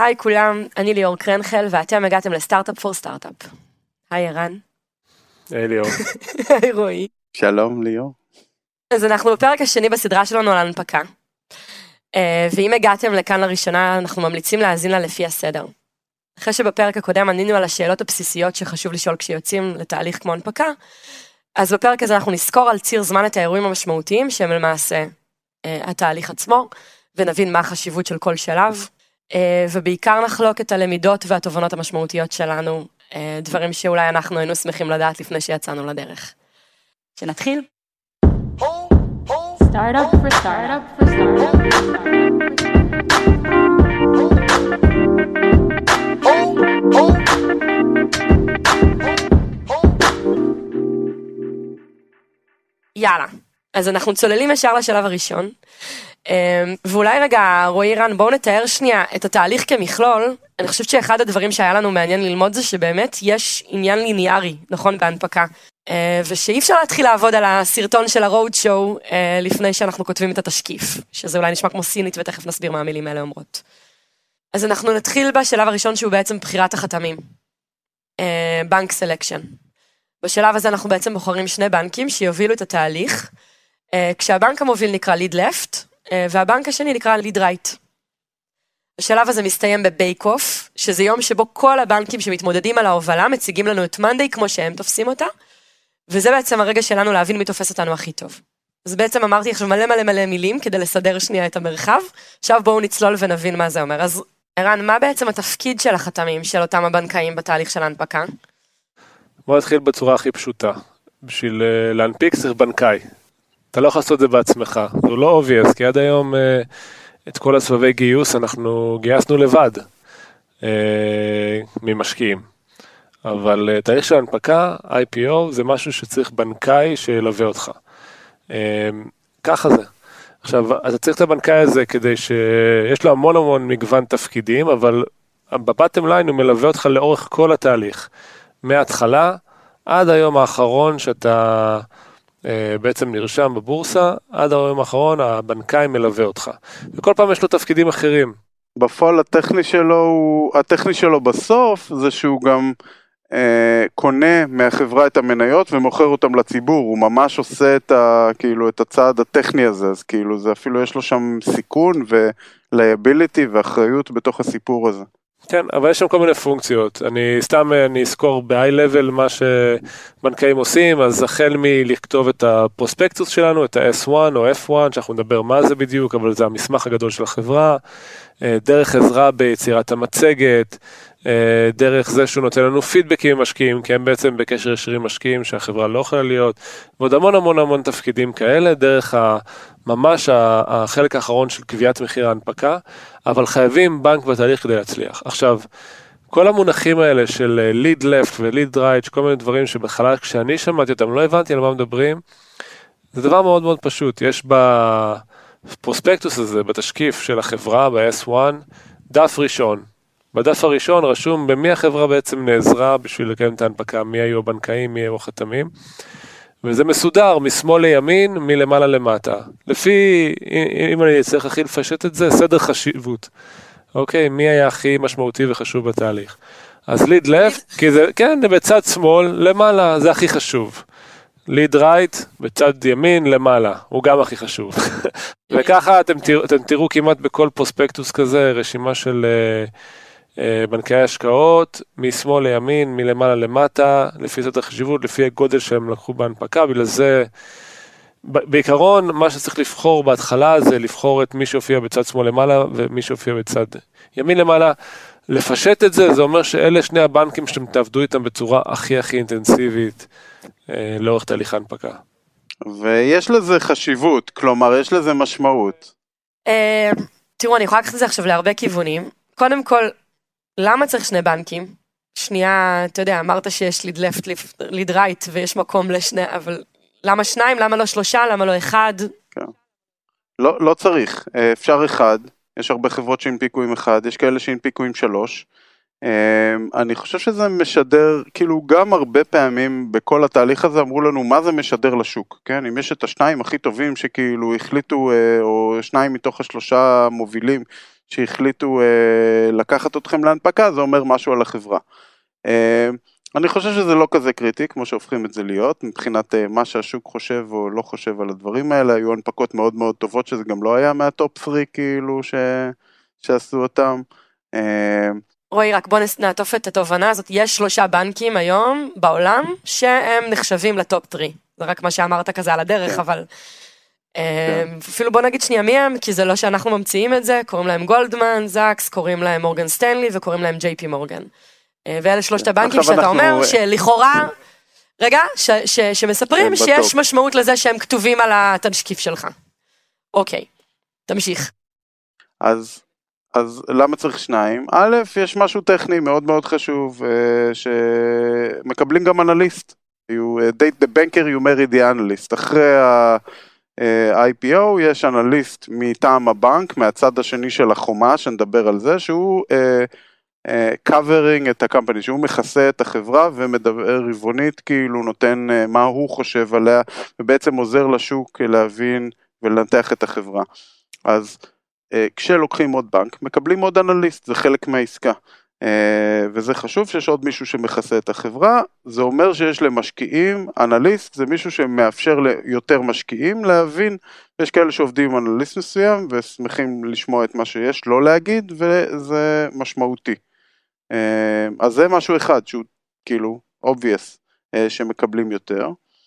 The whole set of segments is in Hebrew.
היי כולם, אני ליאור קרנחל, ואתם הגעתם לסטארט-אפ פור סטארט-אפ. היי ערן. היי ליאור. היי רועי. שלום ליאור. אז אנחנו בפרק השני בסדרה שלנו על ההנפקה. ואם הגעתם לכאן לראשונה, אנחנו ממליצים להאזין לה לפי הסדר. אחרי שבפרק הקודם ענינו על השאלות הבסיסיות שחשוב לשאול כשיוצאים לתהליך כמו הנפקה, אז בפרק הזה אנחנו נזכור על ציר זמן את האירועים המשמעותיים, שהם למעשה התהליך עצמו, ונבין מה החשיבות של כל שלב, ובעיקר נחלוק את הלמידות והתובנות המשמעותיות שלנו, דברים שאולי אנחנו היינו שמחים לדעת לפני שיצאנו לדרך. שנתחיל? Startup for startup for startup for יאללה, אז אנחנו צוללים ישר לשלב הראשון, ואולי רגע, רועי רן, בואו נתאר שנייה את התהליך כמכלול. אני חושבת שאחד הדברים שהיה לנו מעניין ללמוד זה שבאמת יש עניין ליניארי, נכון, בהנפקה, ושאי אפשר להתחיל לעבוד על הסרטון של הרוד שואו לפני שאנחנו כותבים את התשקיף, שזה אולי נשמע כמו סינית ותכף נסביר מה המילים האלה אומרות. אז אנחנו נתחיל בשלב הראשון שהוא בעצם בחירת החתמים, בנק סלקשן. בשלב הזה אנחנו בעצם בוחרים שני בנקים שיובילו את התהליך, כשהבנק המוביל נקרא lead left, והבנק השני נקרא lead right. השלב הזה מסתיים בבייק אוף, שזה יום שבו כל הבנקים שמתמודדים על ההובלה מציגים לנו את מנדי כמו שהם תופסים אותה, וזה בעצם הרגע שלנו להבין מי תופס אותנו הכי טוב. אז בעצם אמרתי עכשיו מלא מילים כדי לסדר שנייה את המרחב, עכשיו בואו נצלול ונבין מה זה אומר. אז ערן, מה בעצם התפקיד של החתמים של אותם הבנקאים בתהליך של ההנפקה? בוא נתחיל בצורה הכי פשוטה. בשביל להנפיק צריך בנקאי. אתה לא יכול לעשות את זה בעצמך. זה לא obvious, כי עד היום את כל הסבבי גיוס אנחנו גייסנו לבד ממשקיעים. אבל תהליך של ההנפקה, IPO, זה משהו שצריך בנקאי שילווה אותך. ככה זה. עכשיו, אתה צריך את הבנקאי הזה כדי שיש לו המון מגוון תפקידים, אבל בבטם ליין הוא מלווה אותך לאורך כל התהליך. מההתחלה עד היום האחרון שאתה בעצם נרשם בבורסה, עד היום האחרון הבנקאי מלווה אותך. וכל פעם יש לו תפקידים אחרים. בפועל הטכני שלו בסוף זה שהוא גם קונה מהחברה את המניות ומוכר אותם לציבור. הוא ממש עושה את הצעד הטכני הזה, אז כאילו זה אפילו יש לו שם סיכון ולייביליטי ואחריות בתוך הסיפור הזה. כן, אבל יש שם כל מיני פונקציות. אני אזכור ב-high level מה שבנקאים עושים, אז החל מלכתוב את הפרוספקטוס שלנו, את ה-S1 או F1, שאנחנו נדבר מה זה בדיוק, אבל זה המסמך הגדול של החברה, דרך עזרה ביצירת המצגת, דרך זה שהוא נותן לנו פידבקים משקיעים, כי הם בעצם בקשר ישיר עם משקיעים שהחברה לא יכולה להיות, ועוד המון תפקידים כאלה, דרך ממש החלק האחרון של קביעת מחיר ההנפקה, אבל חייבים בנק בתהליך כדי להצליח. עכשיו, כל המונחים האלה של lead left ו-lead right, כל מיני דברים שבחלל כשאני שמעתי אותם, לא הבנתי על מה מדברים, זה דבר מאוד פשוט. יש בפרוספקטוס הזה, בתשקיף של החברה, ב-S1, דף ראשון. בדף הראשון רשום במי החברה בעצם נעזרה בשביל לקיים את ההנפקה, מי היו הבנקאים, מי היו החתמים, וזה מסודר משמאל לימין, מלמעלה למטה. לפי, אם אני צריך הכי לפשט את זה, סדר חשיבות. אוקיי, מי היה הכי משמעותי וחשוב בתהליך. אז lead left, כי זה, כן, בצד שמאל, למעלה, זה הכי חשוב. lead right, בצד ימין, למעלה, הוא גם הכי חשוב. וככה אתם תראו כמעט בכל פרוספקטוס כזה, רשימה של בנקי השקעות, משמאל לימין, מלמעלה למטה, לפי סדר חשיבות, לפי הגודל שהם לקחו בהנפקה, בגלל זה, בעיקרון, מה שצריך לבחור בהתחלה, זה לבחור את מי שהופיע בצד שמאל למעלה, ומי שהופיע בצד ימין למעלה, לפשט את זה, זה אומר שאלה שני הבנקים שאתם תעבדו איתם בצורה הכי אינטנסיבית, לאורך תהליך ההנפקה. ויש לזה חשיבות, כלומר, יש לזה משמעות. תראו, אני יכולה לקחת את זה עכשיו להרבה כיוונים. קודם כל, למה צריך שני בנקים? שנייה, אתה יודע, אמרת שיש lead left, lead right, ויש מקום לשני, אבל למה שניים? למה לא שלושה? למה לא אחד? כן. לא צריך, אפשר אחד, יש הרבה חברות שהנפיקו עם אחד, יש כאלה שהנפיקו עם 3, אני חושב שזה משדר, כאילו גם הרבה פעמים בכל התהליך הזה אמרו לנו מה זה משדר לשוק, כן? אם יש את השניים הכי טובים שכאילו החליטו, או שניים מתוך 3 מובילים שהחליטו לקחת אתכם להנפקה, זה אומר משהו על החברה. אני חושב שזה לא כזה קריטי, כמו שהופכים את זה להיות, מבחינת מה שהשוק חושב או לא חושב על הדברים האלה, היו הנפקות מאוד מאוד טובות, שזה גם לא היה מהטופ 3 כאילו שעשו אותם. רועי, רק בוא נעטוף את התובנה הזאת, יש 3 בנקים היום בעולם, שהם נחשבים לטופ 3, זה רק מה שאמרת כזה על הדרך, אבל אפילו בוא נגיד שנייה מי הם, כי זה לא שאנחנו ממציאים את זה, קוראים להם גולדמן, זקס, קוראים להם מורגן סטנלי, וקוראים להם ג'יי פי מורגן. ואלה 3 הבנקים שאתה אומר שלכאורה, רגע, שמספרים שיש משמעות לזה שהם כתובים על התשקיף שלך. אוקיי, תמשיך. אז למה צריך 2? א', יש משהו טכני מאוד מאוד חשוב, שמקבלים גם אנליסט. You date the banker, you marry the analyst. אחרי ה-IPO יש אנליסט מטעם הבנק, מהצד השני של החומה, שנדבר על זה, שהוא covering את הקמפני, שהוא מכסה את החברה ומדבר רבעונית, כאילו נותן מה הוא חושב עליה, ובעצם עוזר לשוק להבין ולנתח את החברה. אז כשלוקחים עוד בנק, מקבלים עוד אנליסט, זה חלק מהעסקה, וזה חשוב שיש עוד מישהו שמכסה את החברה, זה אומר שיש למשקיעים, אנליסט זה מישהו שמאפשר ליותר משקיעים להבין, יש כאלה שעובדים עם אנליסט מסוים, ושמחים לשמוע את מה שיש, לא להגיד, וזה משמעותי. אז זה משהו אחד, שהוא כאילו, obvious, שמקבלים יותר.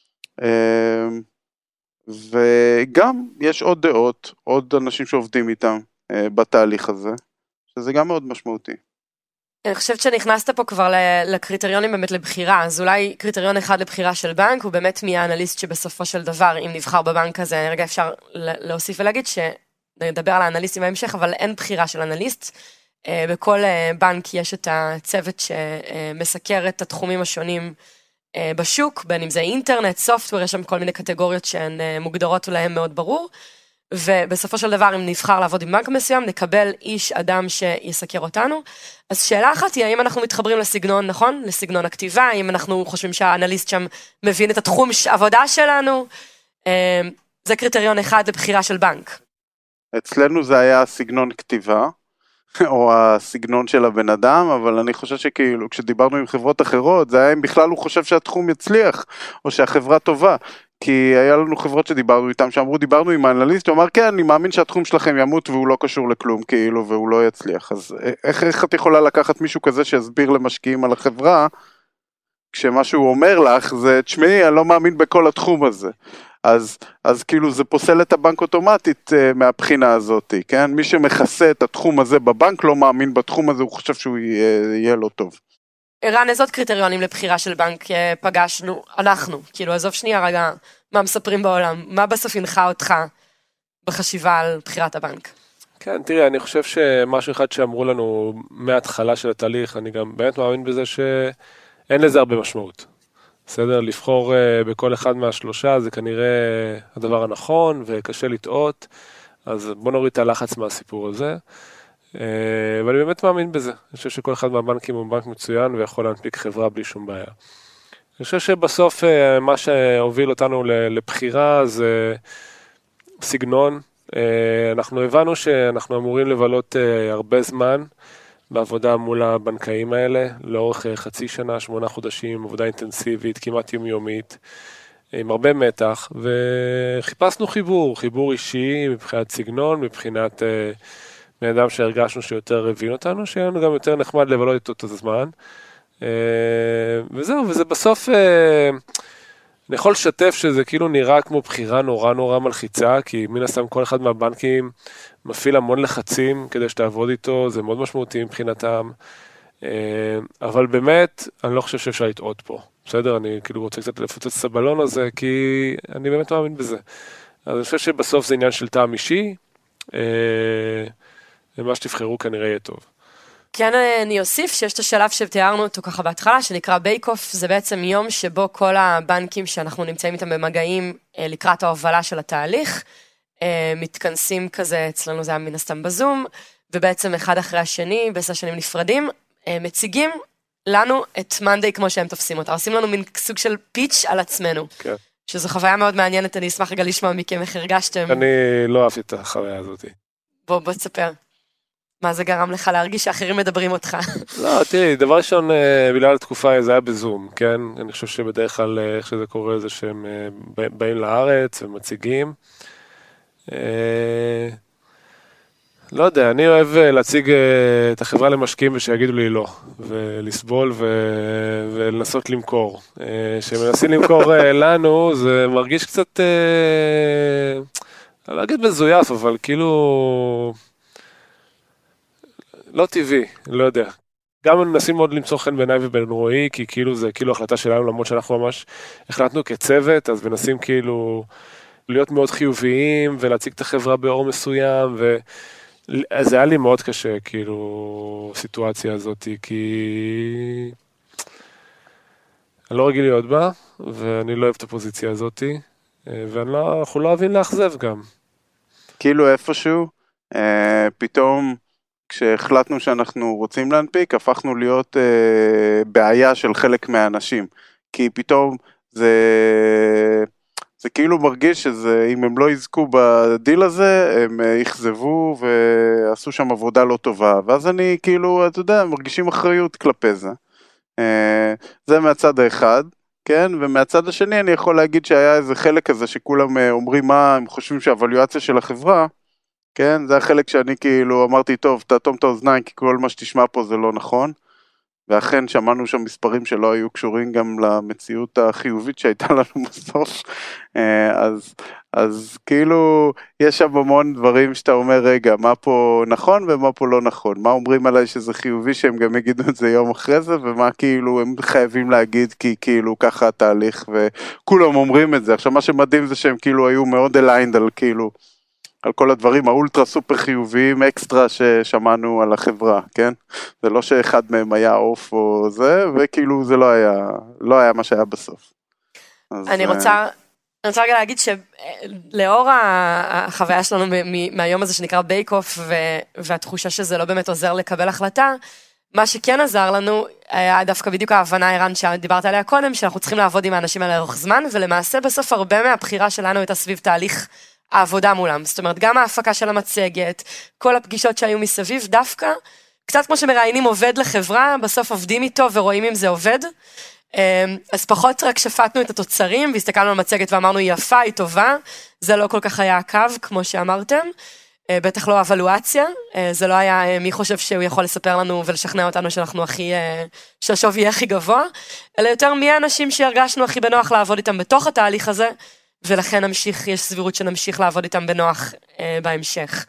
וגם יש עוד דעות, עוד אנשים שעובדים איתם בתהליך הזה, שזה גם מאוד משמעותי. אני חושבת שנכנסת פה כבר לקריטריונים באמת לבחירה, אז אולי קריטריון אחד לבחירה של בנק, הוא באמת מי האנליסט שבסופו של דבר, אם נבחר בבנק הזה, רגע אפשר להוסיף ולהגיד שנדבר על האנליסטים בהמשך, אבל אין בחירה של אנליסט, בכל בנק יש את הצוות שמסקר את התחומים השונים בשוק, בין אם זה אינטרנט, סופטוור, יש שם כל מיני קטגוריות שהן מוגדרות להם מאוד ברור, ובסופו של דבר, אם נבחר לעבוד עם בנק מסוים, נקבל איש אדם שיסקר אותנו. אז שאלה אחת היא, האם אנחנו מתחברים לסגנון, נכון? לסגנון הכתיבה, האם אנחנו חושבים שהאנליסט שם מבין את התחום עבודה שלנו, זה קריטריון אחד לבחירה של בנק. אצלנו זה היה סגנון כתיבה, או הסגנון של הבן אדם, אבל אני חושב שכאילו, כשדיברנו עם חברות אחרות, זה היה אם בכלל הוא חושב שהתחום יצליח, או שהחברה טובה, כי היה לנו חברות שדיברנו איתם, שאמרו, דיברנו עם האנליסט, הוא אמר, כן, אני מאמין שהתחום שלכם ימות, והוא לא קשור לכלום, כאילו, והוא לא יצליח. אז איך את יכולה לקחת מישהו כזה שיסביר למשקיעים על החברה, כשמה שהוא אומר לך, זה, תשמעי, אני לא מאמין בכל התחום הזה. אז כאילו זה פוסל את הבנק אוטומטית מהבחינה הזאת, כן? מי שמכסה את התחום הזה בבנק לא מאמין בתחום הזה, הוא חושב שהוא יהיה לא טוב. ערן, איזה עוד קריטריונים לבחירה של בנק פגשנו? אנחנו, כאילו, עזוב שנייה רגע, מה מספרים בעולם? מה בסוף ינחה אותך בחשיבה על בחירת הבנק? כן, תראי, אני חושב שמשהו אחד שאמרו לנו מההתחלה של התהליך, אני גם באמת מאמין בזה שאין לזה הרבה משמעות. בסדר, לבחור בכל אחד מהשלושה זה כנראה הדבר הנכון וקשה לטעות, אז בוא נוריד את הלחץ מהסיפור הזה, ואני באמת מאמין בזה. אני חושב שכל אחד מהבנקים הוא בנק מצוין ויכול להנפיק חברה בלי שום בעיה. אני חושב שבסוף מה שהוביל אותנו לבחירה זה סגנון. אנחנו הבנו שאנחנו אמורים לבלות הרבה זמן בעבודה מול הבנקאים האלה, לאורך חצי שנה, 8 חודשים, עבודה אינטנסיבית, כמעט יומיומית, עם הרבה מתח, וחיפשנו חיבור אישי מבחינת סגנון, מבחינת בן אדם שהרגשנו שיותר הבין אותנו, שיהיה לנו גם יותר נחמד לבלות איתו את הזמן, וזהו, וזה בסוף, אני יכול לשתף שזה כאילו נראה כמו בחירה נורא מלחיצה, כי מן הסתם כל אחד מהבנקים מפעיל המון לחצים כדי שתעבוד איתו, זה מאוד משמעותי מבחינתם, אבל באמת, אני לא חושב שאפשר לטעות פה, בסדר? אני כאילו רוצה קצת לפוצץ את הבלון הזה, כי אני באמת מאמין בזה. אז אני חושב שבסוף זה עניין של טעם אישי, ומה שתבחרו כנראה יהיה טוב. כן, אני אוסיף שיש את השלב שתיארנו אותו ככה בהתחלה, שנקרא בייק-אוף, זה בעצם יום שבו כל הבנקים שאנחנו נמצאים איתם במגעים לקראת ההובלה של התהליך, מתכנסים כזה, אצלנו זה היה מן הסתם בזום, ובעצם אחד אחרי השני, בסשנים נפרדים, מציגים לנו את מנדי כמו שהם תופסים אותה, עושים לנו מין סוג של פיץ' על עצמנו, כן. שזו חוויה מאוד מעניינת, אני אשמח רגע לשמוע מכם איך הרגשתם. אני לא אהבתי את החוויה הזאת. בוא תספר. מה זה גרם לך להרגיש שאחרים מדברים אותך? לא, תראי, דבר ראשון, בגלל התקופה זה היה בזום, כן? אני חושב שבדרך כלל איך שזה קורה זה שהם באים לארץ ומציגים. לא יודע, אני אוהב להציג את החברה למשקיעים ושיגידו לי לא, ולסבול ולנסות למכור. כשמנסים למכור לנו, זה מרגיש קצת, אני לא אגיד מזויף, אבל כאילו, לא טבעי, לא יודע. גם מנסים מאוד למצוא חן בעיניי ובין רועי, כי כאילו זה כאילו החלטה שלנו, למרות שאנחנו ממש החלטנו כצוות, אז מנסים כאילו להיות מאוד חיוביים, ולהציג את החברה באור מסוים, אז זה היה לי מאוד קשה, כאילו, הסיטואציה הזאת, כי אני לא רגיל להיות בה, ואני לא אוהב את הפוזיציה הזאת, ואנחנו לא אוהבים לאכזב גם. כאילו איפשהו, פתאום כשהחלטנו שאנחנו רוצים להנפיק, הפכנו להיות בעיה של חלק מהאנשים, כי פתאום זה כאילו מרגיש שזה, אם הם לא יזכו בדיל הזה, הם יחזבו ועשו שם עבודה לא טובה, ואז אני כאילו, אתה יודע, מרגישים אחריות כלפי זה. זה מהצד האחד, כן? ומהצד השני אני יכול להגיד שהיה איזה חלק כזה שכולם אומרים מה הם חושבים שהאבלואציה של החברה, כן? זה החלק שאני כאילו אמרתי, טוב, תאטום את האוזניים, כי כל מה שתשמע פה זה לא נכון. ואכן שמענו שם מספרים שלא היו קשורים גם למציאות החיובית שהייתה לנו בסוף, אז כאילו יש שם המון דברים שאתה אומר רגע, מה פה נכון ומה פה לא נכון, מה אומרים עליי שזה חיובי שהם גם יגידו את זה יום אחרי זה, ומה כאילו הם חייבים להגיד כי כאילו ככה התהליך, וכולם אומרים את זה. עכשיו מה שמדהים זה שהם כאילו היו מאוד aligned על כאילו, על כל הדברים האולטרה סופר חיוביים אקסטרה ששמענו על החברה, כן? זה לא שאחד מהם היה אוף או זה, וכאילו זה לא היה מה שהיה בסוף. אני רוצה רגע להגיד שלאור החוויה שלנו מהיום הזה שנקרא בייק אוף, והתחושה שזה לא באמת עוזר לקבל החלטה, מה שכן עזר לנו היה דווקא בדיוק ההבנה, ערן, שדיברת עליה קודם, שאנחנו צריכים לעבוד עם האנשים האלה לאורך זמן, ולמעשה בסוף הרבה מהבחירה שלנו הייתה סביב תהליך העבודה מולם. זאת אומרת, גם ההפקה של המצגת, כל הפגישות שהיו מסביב, דווקא, קצת כמו שמראיינים עובד לחברה, בסוף עובדים איתו ורואים אם זה עובד. אז פחות רק שפטנו את התוצרים, והסתכלנו על המצגת ואמרנו, היא יפה, היא טובה. זה לא כל כך היה הקו, כמו שאמרתם. בטח לא אבלואציה. זה לא היה מי חושב שהוא יכול לספר לנו ולשכנע אותנו שאנחנו שהשוב יהיה הכי גבוה, אלא יותר מי האנשים שהרגשנו הכי בנוח לעבוד איתם בתוך התהליך הזה, ולכן יש סבירות שנמשיך לעבוד איתם בנוח בהמשך.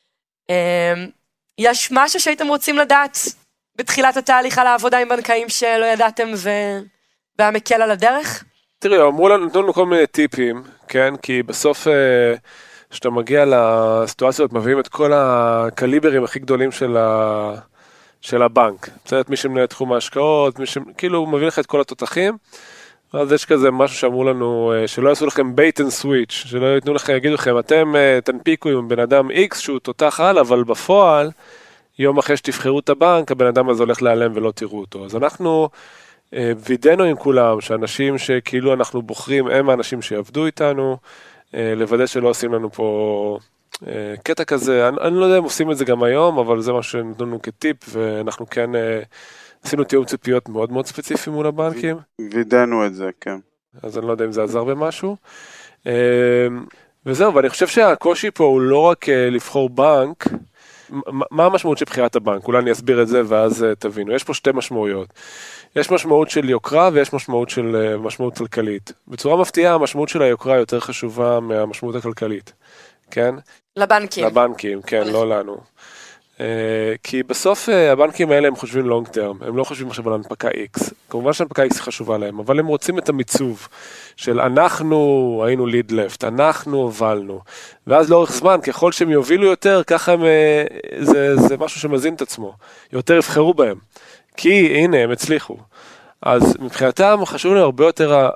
יש משהו שהייתם רוצים לדעת בתחילת התהליך על העבודה עם בנקאים שלא ידעתם והיה מקל על הדרך? תראי, אמרו לנו, נתנו לנו כל מיני טיפים, כן? כי בסוף כשאתה מגיע לסיטואציות, מביאים את כל הקליברים הכי גדולים של הבנק. בסדר, מי שמנהל תחום ההשקעות, כאילו מביא לך את כל התותחים, אז יש כזה משהו שאמרו לנו, שלא יעשו לכם bait and switch, שלא יתנו לכם, יגידו לכם, אתם תנפיקו עם בן אדם X שהוא תותח על, אבל בפועל, יום אחרי שתבחרו את הבנק, הבן אדם הזה הולך להיעלם ולא תראו אותו. אז אנחנו וידאנו עם כולם, שאנשים שכאילו אנחנו בוחרים, הם האנשים שיעבדו איתנו, לוודא שלא עושים לנו פה קטע כזה. אני לא יודע אם עושים את זה גם היום, אבל זה מה שנתנו לנו כטיפ, ואנחנו כן עשינו תיאום ציפיות מאוד מאוד ספציפי מול הבנקים. וידאנו את זה, כן. אז אני לא יודע אם זה עזר במשהו. וזהו, ואני חושב שהקושי פה הוא לא רק לבחור בנק. מה המשמעות של בחירת הבנק? אולי אני אסביר את זה ואז תבינו. יש פה שתי משמעויות. יש משמעות של יוקרה ויש משמעות כלכלית. בצורה מפתיעה, המשמעות של היוקרה יותר חשובה מהמשמעות הכלכלית. כן? לבנקים. לבנקים, כן, לא לנו. כי בסוף הבנקים האלה הם חושבים לונג טרם, הם לא חושבים עכשיו על הנפקה X. כמובן שהנפקה X חשובה להם, אבל הם רוצים את המיצוב של אנחנו היינו ליד לפט, אנחנו הובלנו. ואז לאורך זמן, ככל שהם יובילו יותר, ככה זה משהו שמזין את עצמו. יותר יבחרו בהם. כי הנה, הם הצליחו. אז מבחינתם חשוב להם הרבה יותר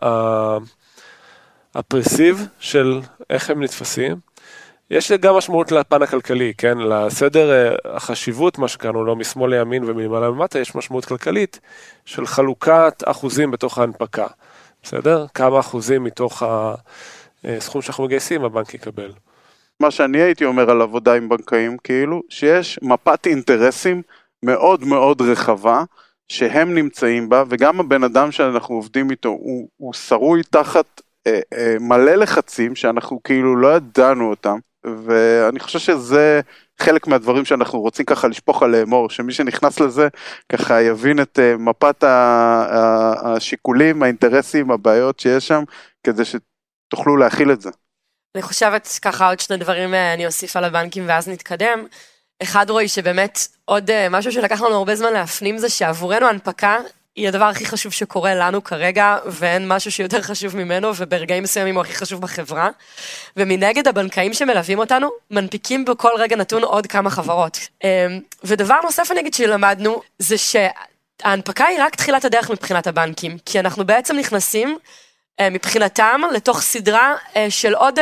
הפרסיב של איך הם נתפסים. יש גם משמעות לפן הכלכלי, כן? לסדר החשיבות, מה שקראנו לו משמאל לימין ומלמעלה למטה, יש משמעות כלכלית של חלוקת אחוזים בתוך ההנפקה. בסדר? כמה אחוזים מתוך הסכום שאנחנו מגייסים הבנק יקבל. מה שאני הייתי אומר על עבודה עם בנקאים, כאילו, שיש מפת אינטרסים מאוד מאוד רחבה, שהם נמצאים בה, וגם הבן אדם שאנחנו עובדים איתו, הוא שרוי תחת מלא לחצים, שאנחנו כאילו לא ידענו אותם, ואני חושב שזה חלק מהדברים שאנחנו רוצים ככה לשפוך עליהם אור, שמי שנכנס לזה ככה יבין את מפת השיקולים, האינטרסים, הבעיות שיש שם, כדי שתוכלו להכיל את זה. אני חושבת ככה עוד שני דברים אני אוסיף על הבנקים ואז נתקדם. אחד רואי שבאמת עוד משהו שלקח לנו הרבה זמן להפנים זה שעבורנו הנפקה היא הדבר הכי חשוב שקורה לנו כרגע, ואין משהו שיותר חשוב ממנו, וברגעים מסוימים הוא הכי חשוב בחברה. ומנגד הבנקאים שמלווים אותנו, מנפיקים בכל רגע נתון עוד כמה חברות. ודבר נוסף אני אגיד שלמדנו, זה שההנפקה היא רק תחילת הדרך מבחינת הבנקים, כי אנחנו בעצם נכנסים מבחינתם לתוך סדרה של עוד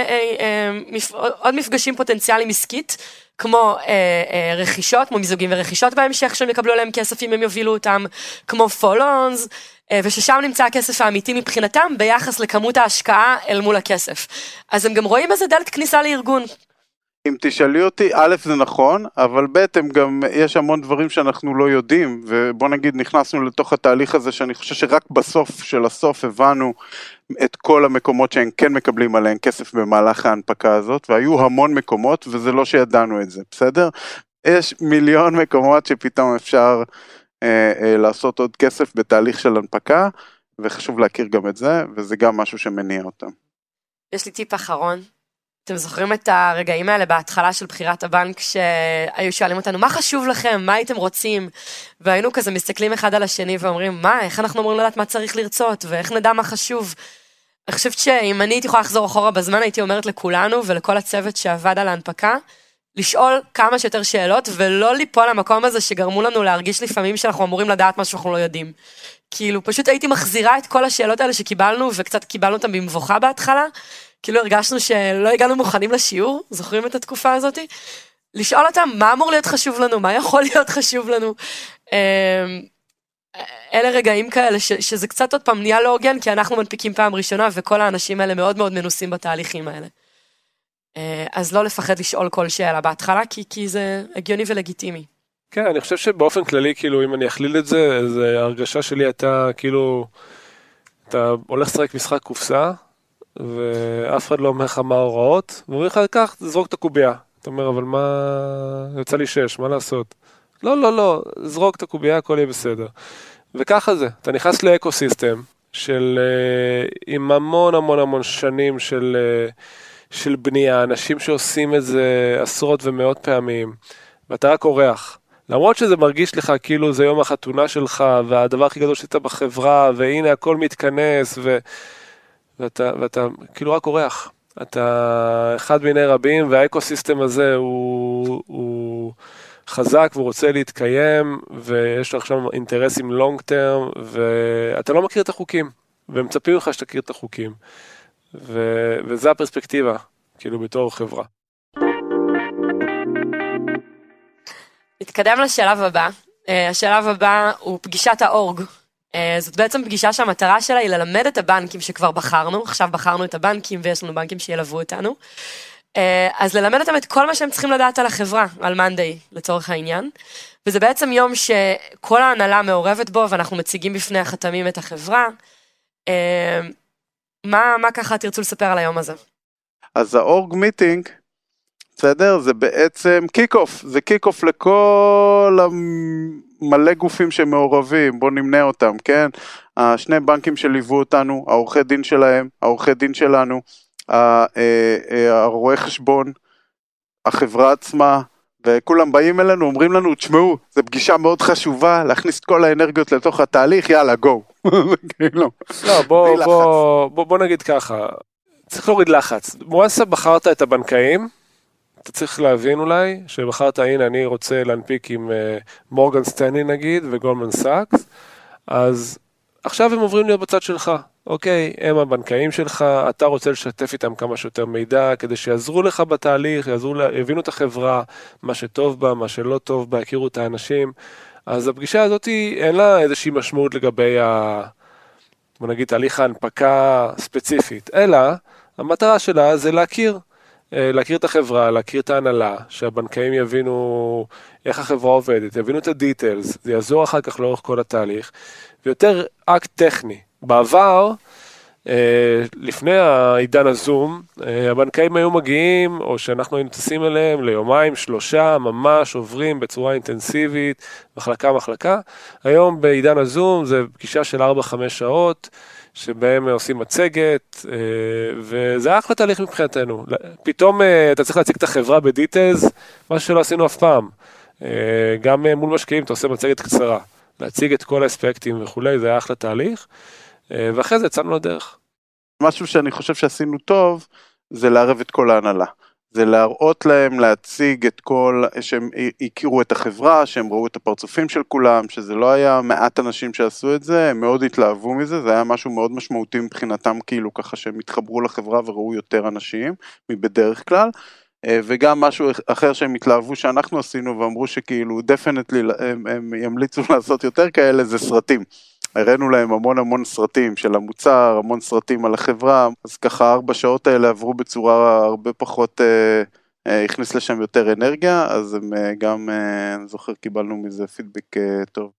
מפגשים פוטנציאליים עסקית, כמו רכישות, כמו מיזוגים ורכישות בהמשך שהם יקבלו עליהם כסף אם הם יובילו אותם, כמו פולונס, וששם נמצא הכסף האמיתי מבחינתם ביחס לכמות ההשקעה אל מול הכסף. אז הם גם רואים איזה דלת כניסה לארגון. אם תשאלי אותי, א' זה נכון, אבל ב' הם גם, יש המון דברים שאנחנו לא יודעים, ובוא נגיד נכנסנו לתוך התהליך הזה שאני חושב שרק בסוף של הסוף הבנו את כל המקומות שהם כן מקבלים עליהם כסף במהלך ההנפקה הזאת, והיו המון מקומות וזה לא שידענו את זה, בסדר? יש מיליון מקומות שפתאום אפשר לעשות עוד כסף בתהליך של הנפקה, וחשוב להכיר גם את זה, וזה גם משהו שמניע אותם. יש לי טיפ אחרון. אתם זוכרים את הרגעים האלה בהתחלה של בחירת הבנק שהיו שואלים אותנו, מה חשוב לכם? מה הייתם רוצים? והיינו כזה מסתכלים אחד על השני ואומרים, מה? איך אנחנו אמורים לדעת מה צריך לרצות? ואיך נדע מה חשוב? אני חושבת שאם אני הייתי יכולה לחזור אחורה בזמן, הייתי אומרת לכולנו ולכל הצוות שעבד על ההנפקה, לשאול כמה שיותר שאלות ולא ליפול למקום הזה שגרמו לנו להרגיש לפעמים שאנחנו אמורים לדעת מה שאנחנו לא יודעים. כאילו פשוט הייתי מחזירה את כל השאלות האלה שקיבלנו וקצת קיבלנו אותם במבוכה בהתחלה, כאילו הרגשנו שלא הגענו מוכנים לשיעור, זוכרים את התקופה הזאת? לשאול אותם מה אמור להיות חשוב לנו, מה יכול להיות חשוב לנו. אלה רגעים כאלה שזה קצת עוד פעם נהיה לא הוגן, כי אנחנו מנפיקים פעם ראשונה, וכל האנשים האלה מאוד מאוד מנוסים בתהליכים האלה. אז לא לפחד לשאול כל שאלה בהתחלה, כי זה הגיוני ולגיטימי. כן, אני חושב שבאופן כללי, כאילו, אם אני אכליל את זה, אז ההרגשה שלי הייתה, כאילו, אתה הולך לשחק משחק קופסה, ואף אחד לא אומר לך מה ההוראות, ואומרים לך, כך, זרוק את הקובייה. אתה אומר, אבל מה, יוצא לי 6, מה לעשות? לא, זרוק את הקובייה, הכל יהיה בסדר. וככה זה, אתה נכנס לאקוסיסטם, עם המון שנים של בנייה, אנשים שעושים את זה עשרות ומאות פעמים, ואתה רק אורח. למרות שזה מרגיש לך כאילו זה יום החתונה שלך, והדבר הכי גדול שאתה בחברה, והנה הכל מתכנס, ואתה כאילו רק אורח. אתה אחד מיני רבים, והאקוסיסטם הזה הוא חזק, והוא רוצה להתקיים, ויש לו עכשיו אינטרסים לונג טרם, ואתה לא מכיר את החוקים, ומצפים לך שתכיר את החוקים. וזה הפרספקטיבה, כאילו בתור חברה. נתקדם לשלב הבא. השלב הבא הוא פגישת האורג. זאת בעצם פגישה שהמטרה שלה היא ללמד את הבנקים שכבר בחרנו, עכשיו בחרנו את הבנקים ויש לנו בנקים שילוו אותנו, אז ללמד אותם את כל מה שהם צריכים לדעת על החברה, על מנדי לצורך העניין, וזה בעצם יום שכל ההנהלה מעורבת בו ואנחנו מציגים בפני החתמים את החברה. מה ככה תרצו לספר על היום הזה? אז האורג מיטינג, בסדר? זה בעצם קיק-אוף, זה קיק-אוף לכל המלא גופים שמעורבים, בואו נמנה אותם, כן? השני בנקים שליוו אותנו, העורכי דין שלהם, העורכי דין שלנו, הרואי חשבון, החברה עצמה, וכולם באים אלינו, אומרים לנו, תשמעו, זו פגישה מאוד חשובה, להכניס את כל האנרגיות לתוך התהליך, יאללה, גו. לא, בוא נגיד ככה, צריך להוריד לחץ. מואסה בחרת את הבנקאים, אתה צריך להבין אולי, שבחרת, הנה, אני רוצה להנפיק עם מורגן סטנלי נגיד, וגולדמן סאקס, אז עכשיו הם עוברים להיות בצד שלך, אוקיי, הם הבנקאים שלך, אתה רוצה לשתף איתם כמה שיותר מידע, כדי שיעזרו לך בתהליך, יבינו את החברה, מה שטוב בה, מה שלא טוב בה, יכירו את האנשים, אז הפגישה הזאת אין לה איזושהי משמעות לגבי בוא נגיד, תהליך ההנפקה ספציפית, אלא המטרה שלה זה להכיר להכיר את החברה, להכיר את ההנהלה, שהבנקאים יבינו איך החברה עובדת, יבינו את הדיטלס, זה יעזור אחר כך לאורך כל התהליך, ויותר אקט טכני. בעבר, לפני העידן הזום, הבנקאים היו מגיעים, או שאנחנו היינו טסים אליהם ליומיים, 3, ממש עוברים בצורה אינטנסיבית, מחלקה. היום בעידן הזום זה פגישה של 4-5 שעות, שבהם עושים מצגת, וזה אחלה תהליך מבחינתנו. פתאום אתה צריך להציג את החברה בדיטלס, מה שלא עשינו אף פעם. גם מול משקיעים אתה עושה מצגת קצרה, להציג את כל האספקטים וכולי, זה אחלה תהליך, ואחרי זה יצאנו לדרך. משהו שאני חושב שעשינו טוב, זה לערב את כל ההנהלה. זה להראות להם, להציג את כל, שהם הכירו את החברה, שהם ראו את הפרצופים של כולם, שזה לא היה מעט אנשים שעשו את זה, הם מאוד התלהבו מזה, זה היה משהו מאוד משמעותי מבחינתם, כאילו ככה שהם התחברו לחברה וראו יותר אנשים, מבדרך כלל, וגם משהו אחר שהם התלהבו שאנחנו עשינו, ואמרו שכאילו, דפנטלי, הם ימליצו לעשות יותר כאלה, זה סרטים. הראינו להם המון סרטים של המוצר, המון סרטים על החברה, אז ככה 4 שעות האלה עברו בצורה הרבה פחות, הכניס לשם יותר אנרגיה, אז הם גם, אני זוכר, קיבלנו מזה פידבק טוב.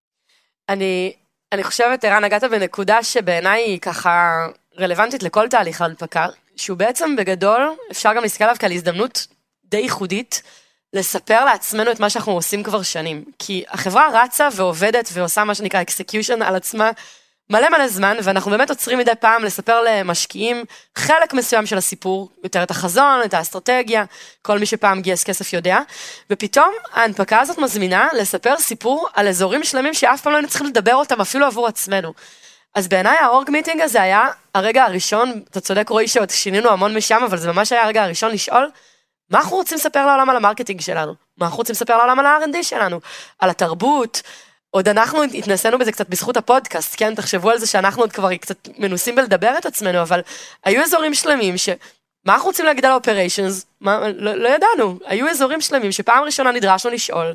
אני חושבת, ערן, נגעת בנקודה שבעיניי היא ככה רלוונטית לכל תהליך ההנפקה, שהוא בעצם בגדול, אפשר גם להסתכל עליו כעל הזדמנות די ייחודית, לספר לעצמנו את מה שאנחנו עושים כבר שנים. כי החברה רצה ועובדת ועושה מה שנקרא execution על עצמה מלא זמן, ואנחנו באמת עוצרים מדי פעם לספר למשקיעים חלק מסוים של הסיפור, יותר את החזון, את האסטרטגיה, כל מי שפעם גייס כסף יודע, ופתאום ההנפקה הזאת מזמינה לספר סיפור על אזורים שלמים שאף פעם לא היינו צריכים לדבר אותם אפילו עבור עצמנו. אז בעיניי האורג מיטינג הזה היה הרגע הראשון, אתה צודק רואי שעוד שינינו המון משם, אבל זה ממש היה הרגע הראשון לשאול, מה אנחנו רוצים לספר לעולם על המרקטינג שלנו? מה אנחנו רוצים לספר לעולם על ה-R&D שלנו? על התרבות? עוד אנחנו התנסינו בזה קצת בזכות הפודקאסט, כן? תחשבו על זה שאנחנו עוד כבר קצת מנוסים בלדבר את עצמנו, אבל היו אזורים שלמים מה אנחנו רוצים להגיד על האופריישנס? לא ידענו. היו אזורים שלמים שפעם ראשונה נדרשנו לשאול,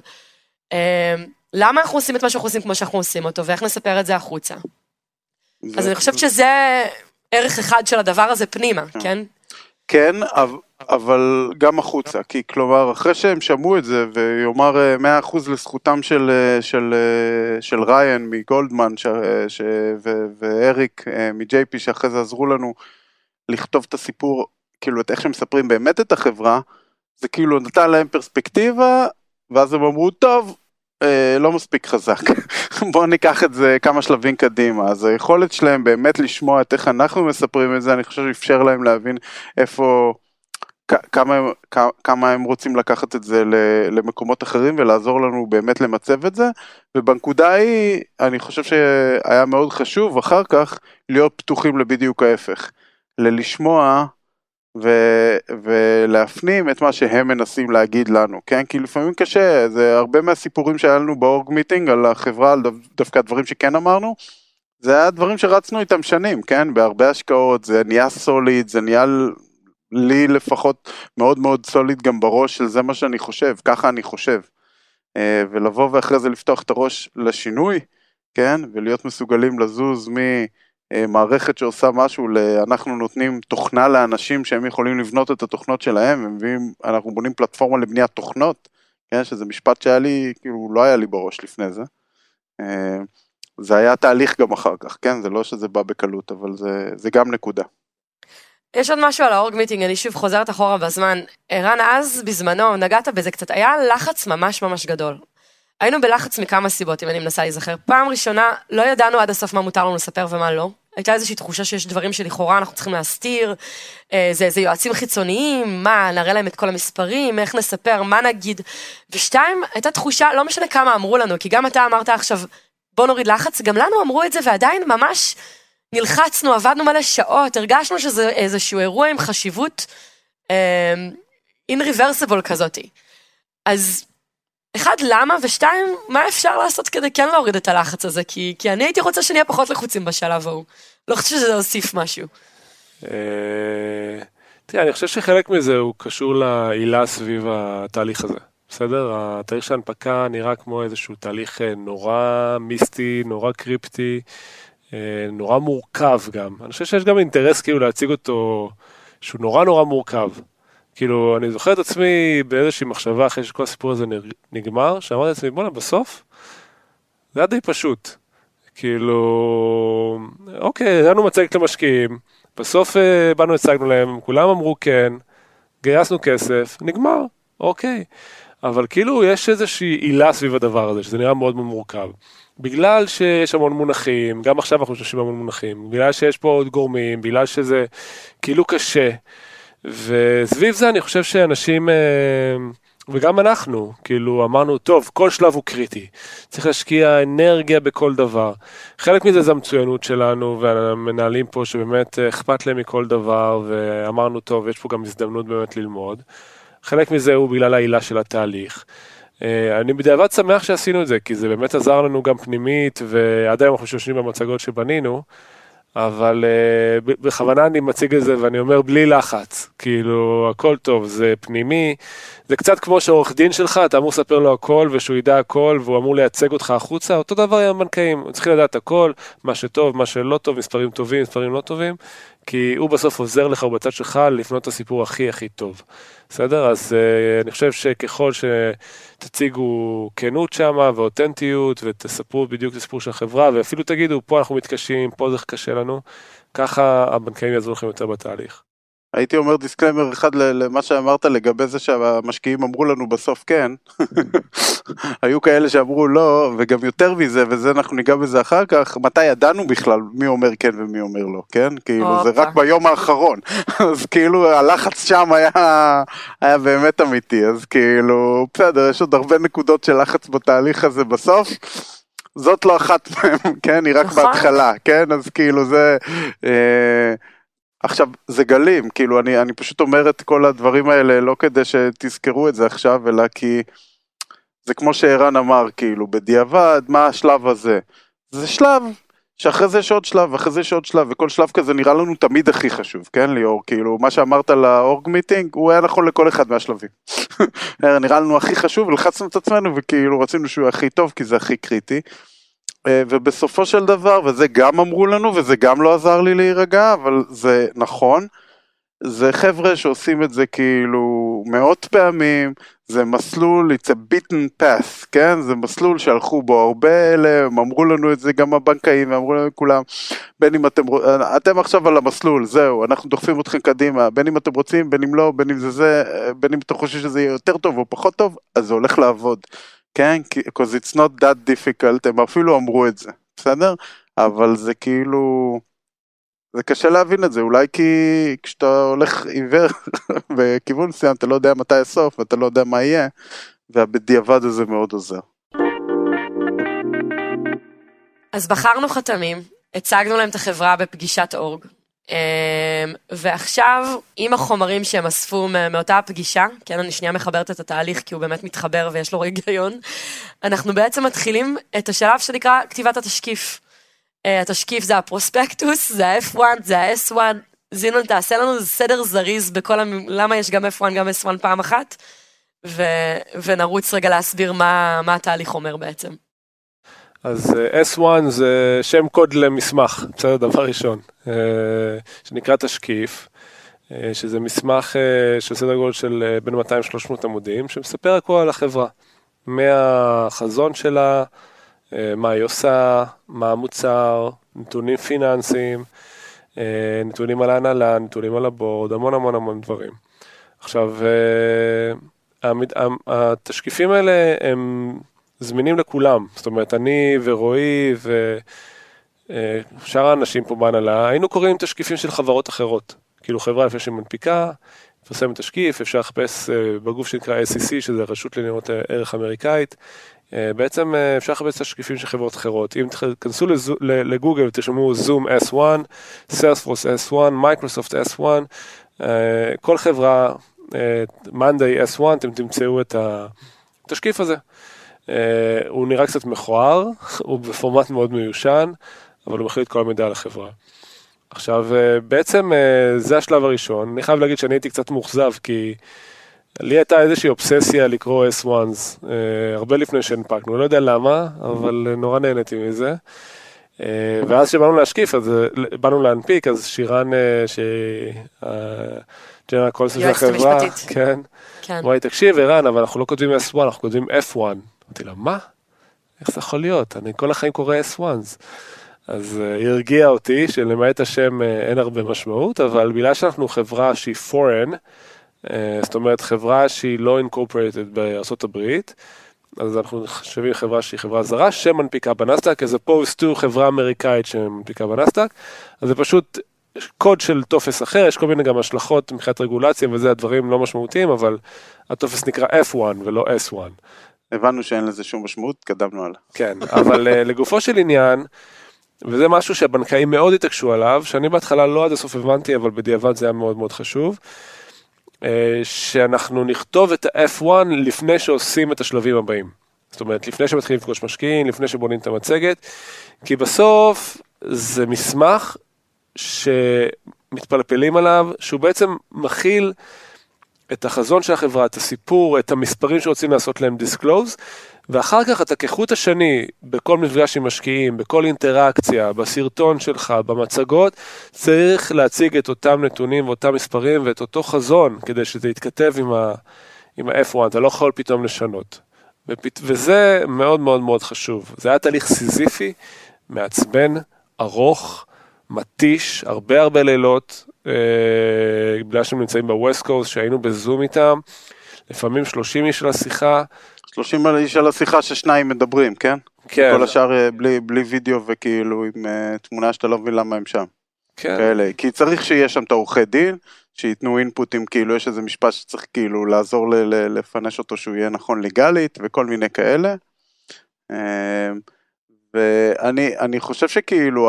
למה אנחנו עושים את מה שאנחנו עושים כמו שאנחנו עושים אותו, ואיך נספר את זה החוצה? אז אני חושבת שזה ערך אחד של הדבר הזה פנימה, כן? כן, אבל גם החוצה, כי כלומר, אחרי שהם שמעו את זה, ויאמר 100% לזכותם של ריין מגולדמן, ואריק מ-JP, שאחרי זה עזרו לנו לכתוב את הסיפור, כאילו, את איך שהם מספרים באמת את החברה, זה כאילו נתן להם פרספקטיבה, ואז הם אמרו, טוב, לא מספיק חזק, בואו ניקח את זה כמה שלבים קדימה, אז היכולת שלהם באמת לשמוע את איך אנחנו מספרים את זה, אני חושב שאפשר להם להבין איפה, כמה הם רוצים לקחת את זה למקומות אחרים, ולעזור לנו באמת למצב את זה, ובנקודה היא, אני חושב שהיה מאוד חשוב, אחר כך, להיות פתוחים לבדיוק ההפך, ללשמוע, ולהפנים את מה שהם מנסים להגיד לנו, כן? כי לפעמים קשה, זה הרבה מהסיפורים שהיה לנו באורג מיטינג על החברה, על דווקא הדברים שכן אמרנו, זה היה דברים שרצנו איתם שנים, כן? בהרבה השקעות, זה נהיה סוליד, זה נהיה לי לפחות מאוד מאוד סוליד גם בראש של זה מה שאני חושב, ככה אני חושב, ולבוא ואחרי זה לפתוח את הראש לשינוי, כן? ולהיות מסוגלים לזוז מערכת שעושה משהו, אנחנו נותנים תוכנה לאנשים שהם יכולים לבנות את התוכנות שלהם, אנחנו בונים פלטפורמה לבניית תוכנות, כן, שזה משפט שהיה לי, כאילו לא היה לי בראש לפני זה, זה היה תהליך גם אחר כך, כן, זה לא שזה בא בקלות, אבל זה גם נקודה. יש עוד משהו על האורג מיטינג, אני שוב חוזרת אחורה בזמן, ערן אז בזמנו, נגעת בזה קצת, היה לחץ ממש גדול. היינו בלחץ מכמה סיבות, אם אני מנסה להיזכר. פעם ראשונה, לא ידענו עד הסוף מה מותר לנו לספר ומה לא. הייתה איזושהי תחושה שיש דברים שלכאורה אנחנו צריכים להסתיר, זה יועצים חיצוניים, מה, נראה להם את כל המספרים, איך נספר, מה נגיד. ושתיים, הייתה תחושה, לא משנה כמה אמרו לנו, כי גם אתה אמרת עכשיו, בוא נוריד לחץ, גם לנו אמרו את זה, ועדיין ממש נלחצנו, עבדנו מלא שעות, הרגשנו שזה איזשהו אירוע עם חשיבות irreversible כזאת. אז אחד, למה? ושתיים, מה אפשר לעשות כדי כן להוריד את הלחץ הזה? כי אני הייתי רוצה שנהיה פחות לחוצים בשלב ההוא. לא חושב שזה להוסיף משהו. תראה, אני חושב שחלק מזה הוא קשור לעילה סביב התהליך הזה. בסדר? התהליך של ההנפקה נראה כמו איזשהו תהליך נורא מיסטי, נורא קריפטי, נורא מורכב גם. אני חושב שיש גם אינטרס כאילו להציג אותו שהוא נורא מורכב. כאילו, אני זוכר את עצמי באיזושהי מחשבה אחרי שכל הסיפור הזה נגמר, שאמרתי לעצמי, בוא'נה, בסוף, זה היה די פשוט. כאילו, אוקיי, לנו מצגת למשקיעים, בסוף באנו הצגנו להם, כולם אמרו כן, גייסנו כסף, נגמר, אוקיי. אבל כאילו יש איזושהי עילה סביב הדבר הזה, שזה נראה מאוד מורכב. בגלל שיש המון מונחים, גם עכשיו אנחנו חושבים המון מונחים, בגלל שיש פה עוד גורמים, בגלל שזה כאילו קשה, וסביב זה אני חושב שאנשים, וגם אנחנו, כאילו אמרנו, טוב, כל שלב הוא קריטי, צריך להשקיע אנרגיה בכל דבר. חלק מזה זה המצוינות שלנו, והמנהלים פה שבאמת אכפת להם מכל דבר, ואמרנו, טוב, יש פה גם הזדמנות באמת ללמוד. חלק מזה הוא בגלל העילה של התהליך. אני בדיעבד שמח שעשינו את זה, כי זה באמת עזר לנו גם פנימית, ועד היום אנחנו שושנים במצגות שבנינו, אבל בכוונה אני מציג את זה ואני אומר בלי לחץ, כאילו הכל טוב, זה פנימי, זה קצת כמו שעורך דין שלך, אתה אמור לספר לו הכל ושהוא ידע הכל והוא אמור לייצג אותך החוצה, אותו דבר עם המנכאים, הוא צריך לדעת הכל, מה שטוב, מה שלא טוב, מספרים טובים, מספרים לא טובים, כי הוא בסוף עוזר לך ובצד שלך לפנות את הסיפור הכי הכי טוב. בסדר? אז אני חושב שככל שתציגו כנות שמה ואותנטיות ותספרו בדיוק את הסיפור של החברה ואפילו תגידו פה אנחנו מתקשים, פה זה קשה לנו, ככה הבנקאים יעזרו לכם יותר בתהליך. הייתי אומר דיסקליימר אחד למה שאמרת לגבי זה שהמשקיעים אמרו לנו בסוף כן, היו כאלה שאמרו לא, וגם יותר מזה, וזה אנחנו ניגע בזה אחר כך, מתי ידענו בכלל מי אומר כן ומי אומר לא, כן? כאילו זה רק ביום האחרון, אז כאילו הלחץ שם היה באמת אמיתי, אז כאילו בסדר, יש עוד הרבה נקודות של לחץ בתהליך הזה בסוף, זאת לא אחת מהם, כן? היא רק בהתחלה, כן? אז כאילו זה... עכשיו, זה גלים, כאילו, אני פשוט אומר את כל הדברים האלה, לא כדי שתזכרו את זה עכשיו, אלא כי זה כמו שערן אמר, כאילו, בדיעבד, מה השלב הזה? זה שלב, שאחרי זה יש עוד שלב, אחרי זה יש עוד שלב, וכל שלב כזה נראה לנו תמיד הכי חשוב, כן, ליאור? כאילו, מה שאמרת לאורג מיטינג, הוא היה נכון לכל אחד מהשלבים. נראה לנו הכי חשוב, ולחצנו את עצמנו, וכאילו, רצינו שהוא הכי טוב, כי זה הכי קריטי. ובסופו של דבר, וזה גם אמרו לנו, וזה גם לא עזר לי להירגע, אבל זה נכון, זה חבר'ה שעושים את זה כאילו מאות פעמים, זה מסלול, it's a beaten path, כן? זה מסלול שהלכו בו הרבה אלה, הם אמרו לנו את זה גם הבנקאים, אמרו לנו כולם, בין אם אתם עכשיו על המסלול, זהו, אנחנו דוחפים אתכם קדימה, בין אם אתם רוצים, בין אם לא, בין אם זה, בין אם אתם חושבים שזה יהיה יותר טוב או פחות טוב, אז זה הולך לעבוד. כן, because it's not that difficult, הם אפילו אמרו את זה, בסדר? אבל זה כאילו, זה קשה להבין את זה, אולי כי כשאתה הולך עיוור בכיוון מסוים, אתה לא יודע מתי הסוף, ואתה לא יודע מה יהיה, והבדיעבד הזה מאוד עוזר. אז בחרנו חתמים, הצגנו להם את החברה בפגישת אורג, ועכשיו עם החומרים שהם אספו מאותה הפגישה, כן, אני שנייה מחברת את התהליך כי הוא באמת מתחבר ויש לו היגיון, אנחנו בעצם מתחילים את השלב שנקרא כתיבת התשקיף. התשקיף זה הפרוספקטוס, זה ה-F1, זה ה-S1, זינון תעשה לנו סדר זריז בכל למה יש גם F1 גם S1 פעם אחת, ונרוץ רגע להסביר מה התהליך אומר בעצם. אז S1 זה שם קוד למסמך, בסדר, דבר ראשון, שנקרא תשקיף, שזה מסמך של סדר גודל של בין 200-300 עמודים, שמספר הכל על החברה, מהחזון שלה, מה היא עושה, מה המוצר, נתונים פיננסיים, נתונים על ההנהלה, נתונים על הבורד, המון המון המון דברים. עכשיו, התשקיפים האלה הם זמינים לכולם, זאת אומרת, אני ורועי ושאר האנשים פה בהנהלה, היינו קוראים תשקיפים של חברות אחרות, כאילו חברה לפני שמנפיקה, פרסמת תשקיף, אפשר לחפש בגוף שנקרא SEC, שזה רשות לניירות ערך אמריקאית, בעצם אפשר לחפש תשקיפים של חברות אחרות, אם תכנסו לגוגל ותרשמו Zoom S1, Salesforce S1, Microsoft S1, כל חברה, Monday S1, אתם תמצאו את התשקיף הזה. הוא נראה קצת מכוער, הוא בפורמט מאוד מיושן, אבל הוא מכיל את כל המידע על החברה. עכשיו, בעצם זה השלב הראשון. אני חייב להגיד שאני הייתי קצת מוחזב, כי לי הייתה איזושהי אובססיה לקרוא S1s, הרבה לפני שהנפקנו, לא יודע למה, אבל נורא נהניתי מזה. ואז שבאנו להשקיף, אז באנו להנפיק, אז שירן, ג'נרל קולסון של החברה, כן, וואי, תקשיב, ערן, אבל אנחנו לא כותבים S1, אנחנו כותבים F1. אמרתי לה, מה? איך זה יכול להיות? אני כל החיים קורא S1s. אז היא הרגיעה אותי, שלמעט השם אין הרבה משמעות, אבל בגלל שאנחנו חברה שהיא foreign, זאת אומרת, חברה שהיא לא incorporated בארצות הברית, אז אנחנו נחשבים חברה שהיא חברה זרה, שמנפיקה בנסדק, as opposed to חברה אמריקאית שמנפיקה בנסדק, אז זה פשוט קוד של טופס אחר, יש כל מיני גם השלכות מבחינת רגולציה, וזה הדברים לא משמעותיים, אבל הטופס נקרא F1 ולא S1. הבנו שאין לזה שום משמעות, קדמנו עליו. כן, אבל לגופו של עניין, וזה משהו שהבנקאים מאוד התעקשו עליו, שאני בהתחלה לא עד הסוף הבנתי, אבל בדיעבד זה היה מאוד מאוד חשוב, שאנחנו נכתוב את ה-F1 לפני שעושים את השלבים הבאים. זאת אומרת, לפני שמתחילים לפגוש משקיעים, לפני שבונים את המצגת, כי בסוף זה מסמך שמתפלפלים עליו, שהוא בעצם מכיל את החזון של החברה, את הסיפור, את המספרים שרוצים לעשות להם disclose, ואחר כך אתה כחוט השני, בכל מפגש עם משקיעים, בכל אינטראקציה, בסרטון שלך, במצגות, צריך להציג את אותם נתונים ואותם מספרים ואת אותו חזון, כדי שזה יתכתב עם ה-F1, אתה לא יכול פתאום לשנות. וזה מאוד מאוד מאוד חשוב. זה היה תהליך סיזיפי, מעצבן, ארוך, מתיש, הרבה לילות, בגלל שהם נמצאים בווסט קוסט, שהיינו בזום איתם, לפעמים 30 איש על השיחה. 30 איש על השיחה ששניים מדברים, כן? כן. כל השאר בלי וידאו וכאילו עם תמונה שאתה לא מבין למה הם שם. כן. כאלה. כי צריך שיהיה שם את העורכי דין, שיתנו אינפוטים, כאילו יש איזה משפט שצריך כאילו לעזור לפנש אותו שהוא יהיה נכון לגלית, וכל מיני כאלה. ואני חושב שכאילו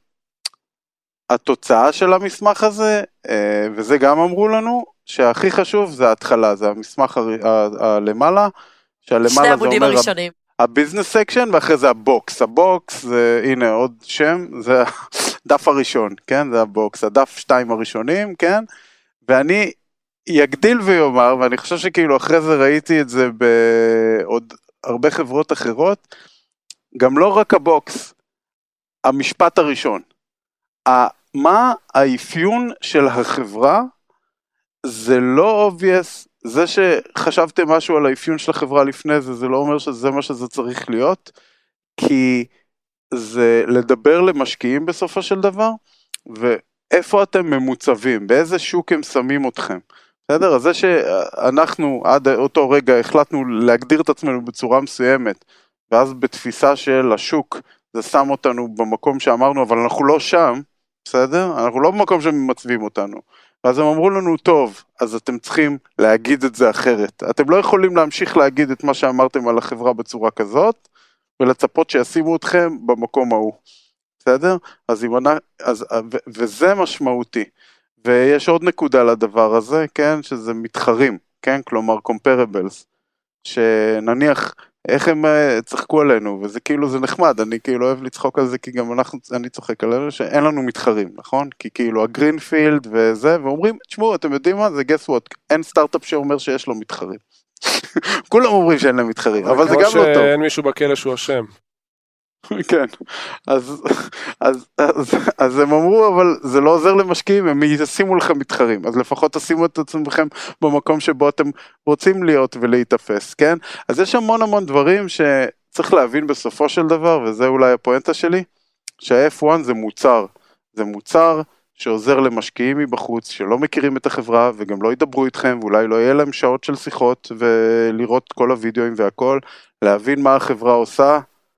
התוצאה של המסמך הזה, וזה גם אמרו לנו, שהכי חשוב זה ההתחלה, זה המסמך הלמעלה, שני עמודים הראשונים. הביזנס סקשן, ואחרי זה הבוקס. הבוקס זה, הנה עוד שם, זה הדף הראשון, כן? זה הבוקס, הדף 2 הראשונים, כן? ואני יגדיל ויאמר, ואני חושב שכאילו אחרי זה ראיתי את זה בעוד הרבה חברות אחרות, גם לא רק הבוקס, המשפט הראשון. מה האפיון של החברה, זה לא obvious, זה שחשבתם משהו על האפיון של החברה לפני זה, זה לא אומר שזה מה שזה צריך להיות, כי זה לדבר למשקיעים בסופו של דבר, ואיפה אתם ממוצבים, באיזה שוק הם שמים אתכם. בסדר? אז זה שאנחנו עד אותו רגע החלטנו להגדיר את עצמנו בצורה מסוימת, ואז בתפיסה של השוק, זה שם אותנו במקום שאמרנו, אבל אנחנו לא שם, בסדר? אנחנו לא במקום שממצבים אותנו. ואז הם אמרו לנו, טוב, אז אתם צריכים להגיד את זה אחרת. אתם לא יכולים להמשיך להגיד את מה שאמרתם על החברה בצורה כזאת, ולצפות שישימו אתכם במקום ההוא. בסדר? וזה משמעותי. ויש עוד נקודה לדבר הזה, כן? שזה מתחרים, כן? כלומר, comparables. שנניח, איך הם צחקו עלינו, וזה כאילו זה נחמד, אני כאילו אוהב לצחוק על זה, כי גם אני צוחק עלינו, שאין לנו מתחרים, נכון? כי כאילו הגרינפילד וזה, ואומרים, תשמעו, אתם יודעים מה? זה guess what, אין סטארט-אפ שאומר שיש לו מתחרים. כולם אומרים שאין להם מתחרים, אבל זה גם לא טוב. כמו שאין מישהו בכלא שהוא אשם. כן, אז הם אמרו, אבל זה לא עוזר למשקיעים, הם ישימו לכם מתחרים, אז לפחות תשימו את עצמכם במקום שבו אתם רוצים להיות ולהתאפס, כן? אז יש המון דברים שצריך להבין בסופו של דבר, וזה אולי הפואנטה שלי, שה-F1 זה מוצר שעוזר למשקיעים מבחוץ, שלא מכירים את החברה, וגם לא ידברו איתכם, ואולי לא יהיה להם שעות של שיחות, ולראות כל הוידאוים והכל, להבין מה החברה עושה,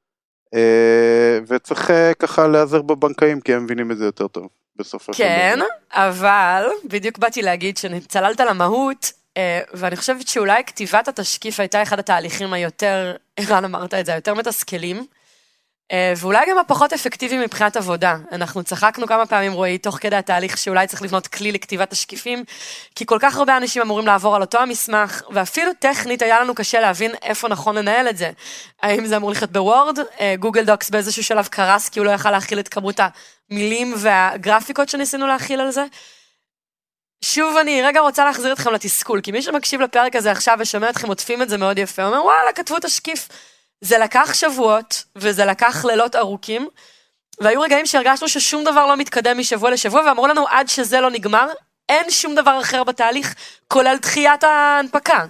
וצריך ככה להיעזר בבנקאים, כי הם מבינים את זה יותר טוב, בסופו של דבר. כן, אבל בדיוק באתי להגיד שנצללת למהות, ואני חושבת שאולי כתיבת התשקיף הייתה אחד התהליכים היותר, ערן אמרת את זה, היותר מתסכלים, ואולי גם הפחות אפקטיבי מבחינת עבודה. אנחנו צחקנו כמה פעמים, רואי, תוך כדי התהליך שאולי צריך לבנות כלי לכתיבת תשקיפים, כי כל כך הרבה אנשים אמורים לעבור על אותו המסמך, ואפילו טכנית היה לנו קשה להבין איפה נכון לנהל את זה. האם זה אמור לחיות בוורד? גוגל דוקס באיזשהו שלב קרס, כי הוא לא יכל להכיל את כמות המילים והגרפיקות שניסינו להכיל על זה. שוב, אני רגע רוצה להחזיר אתכם לתסכול, כי מי שמקשיב לפרק הזה עכשיו ושומע אתכם עוטפים את זה מאוד יפה, אומר, וואלה, כתבו תשקיף. זה לקח שבועות, וזה לקח לילות ארוכים, והיו רגעים שהרגשנו ששום דבר לא מתקדם משבוע לשבוע, ואמרו לנו עד שזה לא נגמר, אין שום דבר אחר בתהליך, כולל דחיית ההנפקה.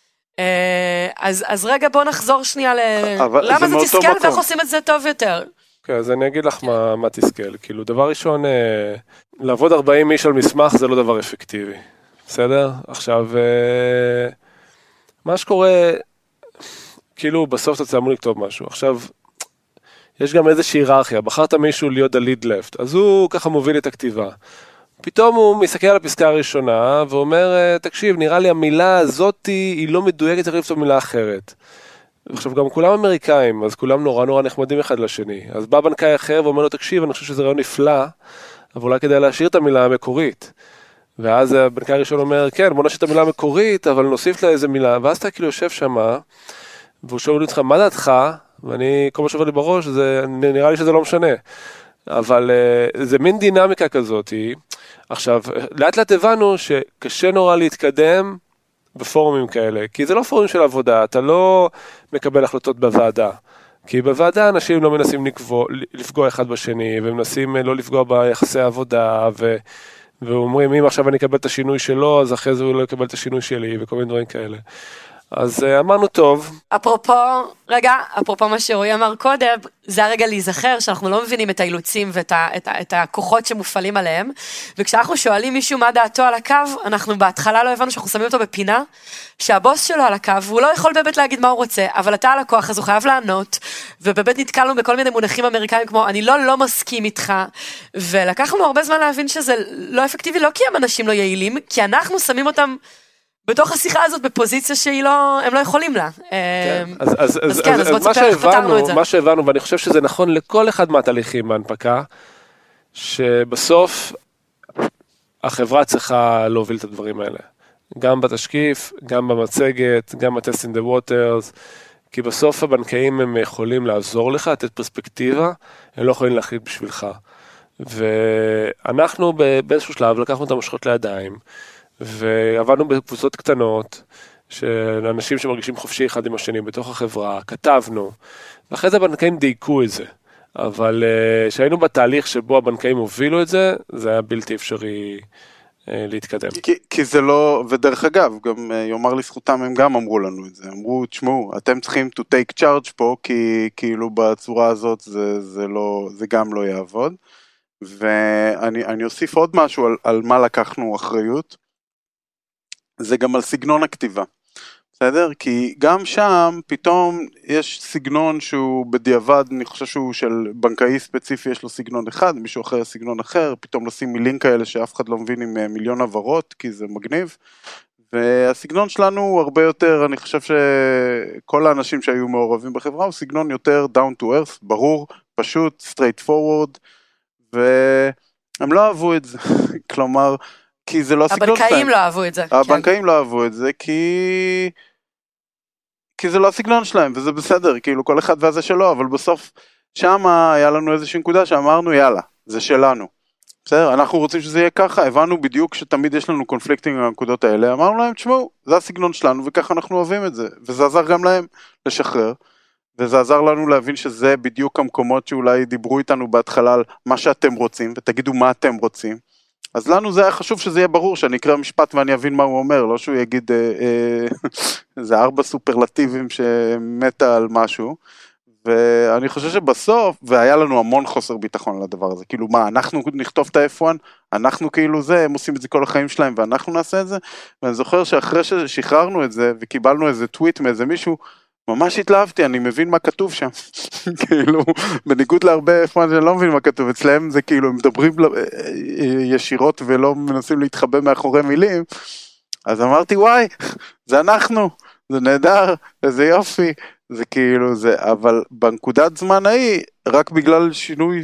אז רגע בוא נחזור שנייה למה זה תסכל ואיך עושים את זה טוב יותר. כן, אז אני אגיד לך מה תסכל. כאילו, דבר ראשון, לעבוד 40 איש על מסמך זה לא דבר אפקטיבי. בסדר? עכשיו, מה שקורה, כאילו, בסוף אתה אמור לכתוב משהו. עכשיו, יש גם איזושהי היררכיה. בחרת מישהו להיות ה-lead left, אז הוא ככה מוביל את הכתיבה. פתאום הוא מסתכל על הפסקה הראשונה, ואומר, תקשיב, נראה לי המילה הזאת היא לא מדויקת, צריך לכתוב מילה אחרת. עכשיו, גם כולם אמריקאים, אז כולם נורא נחמדים אחד לשני. אז בא בנקאי אחר ואומר לו, תקשיב, אני חושב שזה רעיון נפלא, אבל אולי כדאי להשאיר את המילה המקורית. ואז הבנקאי הראשון אומר, כן, בוא נשאיר את המילה המקורית, אבל נוסיף לה איזה מילה. ואז אתה כאילו יושב שמה, והוא שואל אותך, מה דעתך? ואני, כל מה שעובר לי בראש, נראה לי שזה לא משנה. אבל זה מין דינמיקה כזאת. עכשיו, לאט לאט הבנו שקשה נורא להתקדם בפורומים כאלה, כי זה לא פורומים של עבודה, אתה לא מקבל החלטות בוועדה. כי בוועדה אנשים לא מנסים לפגוע אחד בשני, ומנסים לא לפגוע ביחסי העבודה, ואומרים, אם עכשיו אני אקבל את השינוי שלו, אז אחרי זה הוא לא יקבל את השינוי שלי, וכל מיני דברים כאלה. אז אמרנו טוב. אפרופו מה שרועי אמר קודם, זה הרגע להיזכר שאנחנו לא מבינים את האילוצים ואת הכוחות שמופעלים עליהם, וכשאנחנו שואלים מישהו מה דעתו על הקו, אנחנו בהתחלה לא הבנו שאנחנו שמים אותו בפינה, שהבוס שלו על הקו, הוא לא יכול באמת להגיד מה הוא רוצה, אבל אתה על הכוח, אז הוא חייב לענות, ובאמת נתקלנו בכל מיני מונחים אמריקאים כמו, אני לא מסכים איתך, ולקחנו הרבה זמן להבין שזה לא אפקטיבי, לא כי הם אנשים לא יעילים, כי אנחנו שמים אותם בתוך השיחה הזאת בפוזיציה הם לא יכולים לה. אז מה שהבנו, ואני חושב שזה נכון לכל אחד מהתהליכים בהנפקה, שבסוף החברה צריכה להוביל את הדברים האלה. גם בתשקיף, גם במצגת, גם ב-Test in the Waters, כי בסוף הבנקאים הם יכולים לעזור לך, לתת פרספקטיבה, הם לא יכולים להחליט בשבילך. ואנחנו באיזשהו שלב לקחנו את המושכות לידיים, ועבדנו בקבוצות קטנות, של אנשים שמרגישים חופשי אחד עם השני בתוך החברה, כתבנו, ואחרי זה הבנקאים דייקו את זה. אבל שהיינו בתהליך שבו הבנקאים הובילו את זה, זה היה בלתי אפשרי להתקדם. כי זה לא, ודרך אגב, גם יאמר לזכותם הם גם אמרו לנו את זה, אמרו, תשמעו, אתם צריכים to take charge פה, כי כאילו בצורה הזאת זה גם לא יעבוד. ואני אוסיף עוד משהו על מה לקחנו אחריות, זה גם על סגנון הכתיבה, בסדר? כי גם שם פתאום יש סגנון שהוא בדיעבד, אני חושב שהוא של בנקאי ספציפי, יש לו סגנון אחד, מישהו אחר סגנון אחר, פתאום לשים מילים כאלה שאף אחד לא מבין עם מיליון עברות, כי זה מגניב, והסגנון שלנו הוא הרבה יותר, אני חושב שכל האנשים שהיו מעורבים בחברה, הוא סגנון יותר down to earth, ברור, פשוט, straight forward, והם לא אהבו את זה, כלומר, כי זה לא הסגנון שלהם. הבנקאים לא אהבו את זה. הבנקאים לא אהבו את זה, כי זה לא הסגנון שלהם, וזה בסדר, כאילו כל אחד והזה שלו, אבל בסוף שם היה לנו איזושהי נקודה שאמרנו, יאללה, זה שלנו. בסדר, אנחנו רוצים שזה יהיה ככה, הבנו בדיוק שתמיד יש לנו קונפליקטים עם הנקודות האלה, אמרנו להם, תשמעו, זה הסגנון שלנו, וככה אנחנו אוהבים את זה, וזה עזר גם להם לשחרר, וזה עזר לנו להבין שזה בדיוק המקומות שאולי דיברו איתנו בהתחלה על מה שאתם רוצים, ותגידו מה אתם רוצים. אז לנו זה היה חשוב שזה יהיה ברור, שאני אקרא משפט ואני אבין מה הוא אומר, לא שהוא יגיד, זה 4 סופרלטיבים שמתה על משהו, ואני חושב שבסוף, והיה לנו המון חוסר ביטחון לדבר הזה, כאילו מה, אנחנו נכתוב את ה-F1, אנחנו כאילו זה, הם עושים את זה כל החיים שלהם, ואנחנו נעשה את זה, ואני זוכר שאחרי ששחררנו את זה, וקיבלנו איזה טוויט מאיזה מישהו, ממש התלהבתי, אני מבין מה כתוב שם, כאילו, בניגוד להרבה F1 שאני לא מבין מה כתוב, אצלהם זה כאילו, הם מדברים ישירות ולא מנסים להתחבא מאחורי מילים, אז אמרתי, וואי, זה אנחנו, זה נהדר, זה יופי, זה כאילו זה, אבל בנקודת זמן ההיא, רק בגלל שינוי,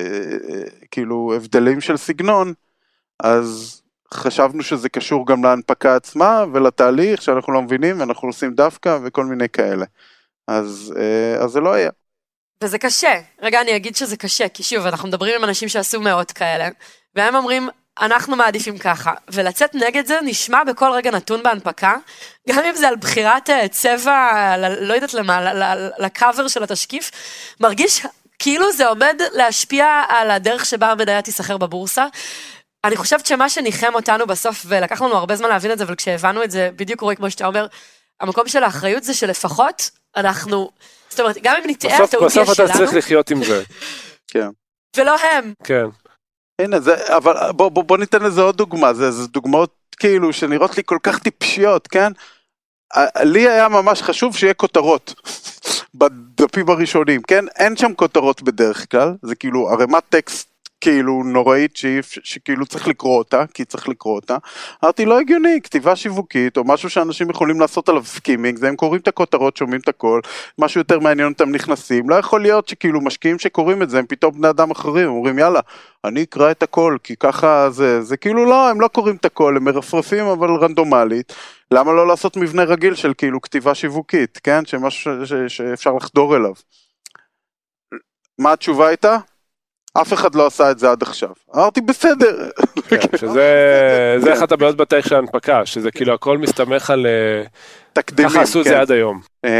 כאילו, הבדלים של סגנון, אז חשבנו שזה קשור גם להנפקה עצמה, ולתהליך שאנחנו לא מבינים, ואנחנו עושים דווקא, וכל מיני כאלה. אז זה לא היה. וזה קשה. רגע, אני אגיד שזה קשה, כי שוב, אנחנו מדברים עם אנשים שעשו מאות כאלה, והם אומרים, אנחנו מעדיפים ככה, ולצאת נגד זה נשמע בכל רגע נתון בהנפקה, גם אם זה על בחירת צבע, לא יודעת למה, לקאבר של התשקיף, מרגיש כאילו זה עומד להשפיע על הדרך שבה המניה תיסחר בבורסה. אני חושבת שמה שניחם אותנו בסוף, ולקח לנו הרבה זמן להבין את זה, אבל כשהבנו את זה, בדיוק קורה כמו שאתה אומר, המקום של האחריות זה שלפחות אנחנו, זאת אומרת, גם אם נטעה, הטעות יש שלנו. בסוף אתה צריך לחיות עם זה. כן. ולא הם. כן. הנה, אבל בוא ניתן לזה עוד דוגמה, זה דוגמאות כאילו שנראות לי כל כך טיפשיות, כן? לי היה ממש חשוב שיהיה כותרות בדפים הראשונים, כן? אין שם כותרות בדרך כלל, זה כאילו ערימת טקסט כאילו נוראית שכאילו צריך לקרוא אותה, כי צריך לקרוא אותה. אמרתי, לא הגיוני, כתיבה שיווקית, או משהו שאנשים יכולים לעשות עליו סקימינג, זה הם קוראים את הכותרות, שומעים את הכל, משהו יותר מעניין אותם נכנסים, לא יכול להיות שכאילו משקיעים שקוראים את זה, הם פתאום בני אדם אחרים, אומרים יאללה, אני אקרא את הכל, כי ככה זה כאילו לא, הם לא קוראים את הכל, הם מרפרפים אבל רנדומלית, למה לא לעשות מבנה רגיל של כאילו כתיבה שיווקית, כן? שמשהו שאפשר לחדור אליו. מה התשובה הייתה? אף אחד לא עשה את זה עד עכשיו. אמרתי בסדר. שזה אחת הבעיות בתהליך של ההנפקה, שזה כאילו הכל מסתמך על תקדימים. ככה עשו זה עד היום.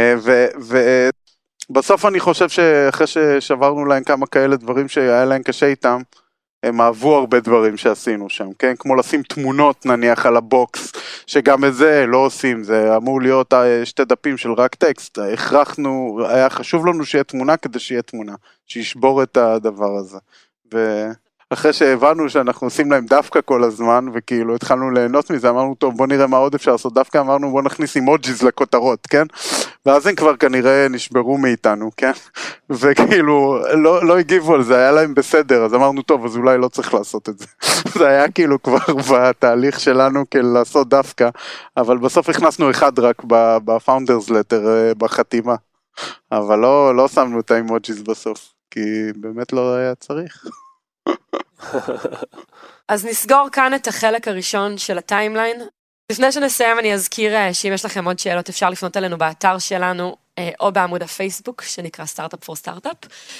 ובסוף אני חושב שאחרי ששברנו להם כמה כאלה דברים שהיה להם קשה איתם, הם אהבו הרבה דברים שעשינו שם, כן? כמו לשים תמונות נניח על הבוקס, שגם את זה לא עושים, זה אמור להיות שתי דפים של רק טקסט, הכרחנו, היה חשוב לנו שיהיה תמונה כדי שיהיה תמונה, שישבור את הדבר הזה, ואחרי שהבנו שאנחנו עושים להם דווקא כל הזמן, וכאילו התחלנו ליהנות מזה, אמרנו טוב בוא נראה מה עוד אפשר לעשות, דווקא אמרנו בוא נכניס אימוג'יז לכותרות, כן? ואז הם כבר כנראה נשברו מאיתנו, כן? וכאילו לא הגיבו על זה, היה להם בסדר, אז אמרנו טוב, אז אולי לא צריך לעשות את זה. זה היה כאילו כבר בתהליך שלנו כאילו לעשות דווקא, אבל בסוף הכנסנו אחד רק בפאונדרס לטר בחתימה, אבל לא שמנו את האימוג'יז בסוף, כי באמת לא היה צריך. אז נסגור כאן את החלק הראשון של הטיימליין. לפני שנסיים אני אזכיר שאם יש לכם עוד שאלות אפשר לפנות אלינו באתר שלנו או בעמוד הפייסבוק שנקרא סטארט-אפ פור סטארט-אפ.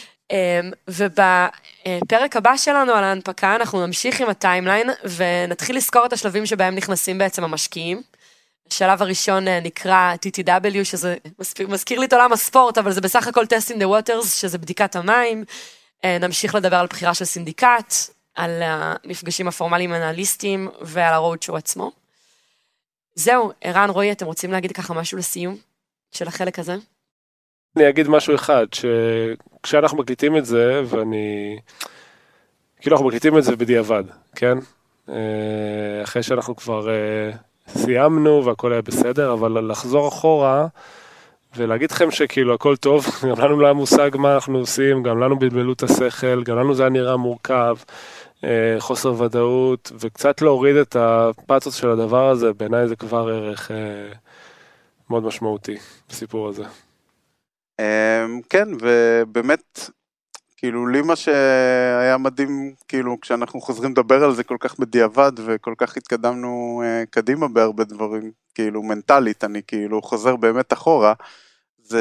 ובפרק הבא שלנו על ההנפקה אנחנו נמשיך עם הטיימליין ונתחיל לזכור את השלבים שבהם נכנסים בעצם המשקיעים. השלב הראשון נקרא TTW שזה מזכיר לי את עולם הספורט אבל זה בסך הכל Test in the Waters שזה בדיקת המים. נמשיך לדבר על בחירה של סינדיקט, על המפגשים הפורמליים אנליסטיים ועל הרודשו עצמו. זהו, ערן, רועי, אתם רוצים להגיד ככה משהו לסיום של החלק הזה? אני אגיד משהו אחד, שכשאנחנו מקליטים את זה, כאילו אנחנו מקליטים את זה בדיעבד, כן? אחרי שאנחנו כבר סיימנו והכל היה בסדר, אבל לחזור אחורה, ולהגיד לכם שכאילו הכל טוב, גם לנו לא היה מושג מה אנחנו עושים, גם לנו בלבלו את השכל, גם לנו זה היה נראה מורכב, חוסר ודאות, וקצת להוריד את הפאצוס של הדבר הזה, בעיניי זה כבר ערך מאוד משמעותי בסיפור הזה. כן, ובאמת, כאילו לי מה שהיה מדהים, כאילו כשאנחנו חוזרים לדבר על זה כל כך בדיעבד, וכל כך התקדמנו קדימה בהרבה דברים, כאילו מנטלית, אני כאילו חוזר באמת אחורה, זה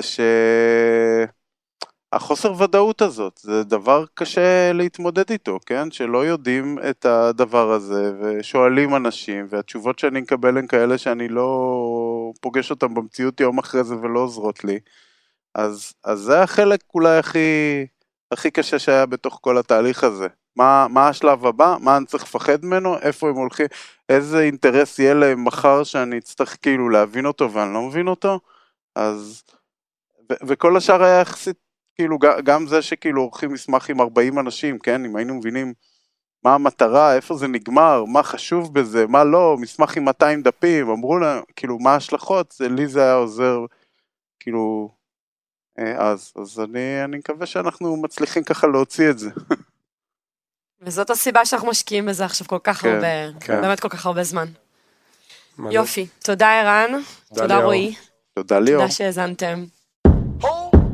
שהחוסר ודאות הזאת, זה דבר קשה להתמודד איתו, כן? שלא יודעים את הדבר הזה, ושואלים אנשים, והתשובות שאני מקבל הן כאלה שאני לא פוגש אותם במציאות יום אחרי זה ולא עוזרות לי, אז זה החלק אולי הכי קשה שהיה בתוך כל התהליך הזה. מה השלב הבא? מה אני צריך לפחד ממנו? איפה הם הולכים? איזה אינטרס יהיה להם מחר שאני אצטרך כאילו להבין אותו ואני לא מבין אותו? אז, וכל השאר היה יחסית, כאילו גם זה שכאילו עורכים מסמך עם 40 אנשים, כן? אם היינו מבינים מה המטרה, איפה זה נגמר, מה חשוב בזה, מה לא, מסמך עם 200 דפים, אמרו להם, כאילו מה ההשלכות, לי זה היה עוזר, כאילו, אז אני מקווה שאנחנו מצליחים ככה להוציא את זה. וזאת הסיבה שאנחנו משקיעים בזה עכשיו כל כך הרבה, באמת כל כך הרבה זמן. יופי, תודה ערן, תודה רועי. תודה ליאור. תודה שהאזנתם.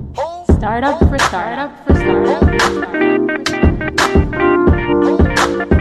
Startup for startup for startup.